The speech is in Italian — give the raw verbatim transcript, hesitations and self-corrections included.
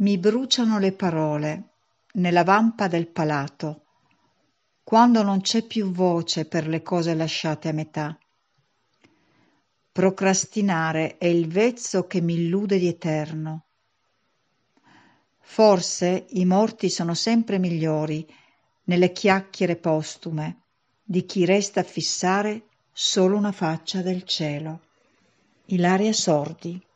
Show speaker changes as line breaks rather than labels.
Mi bruciano le parole nella vampa del palato, quando non c'è più voce per le cose lasciate a metà. Procrastinare è il vezzo che mi illude di eterno. Forse i morti sono sempre migliori nelle chiacchiere postume di chi resta a fissare solo una faccia del cielo. Ilaria Sordi.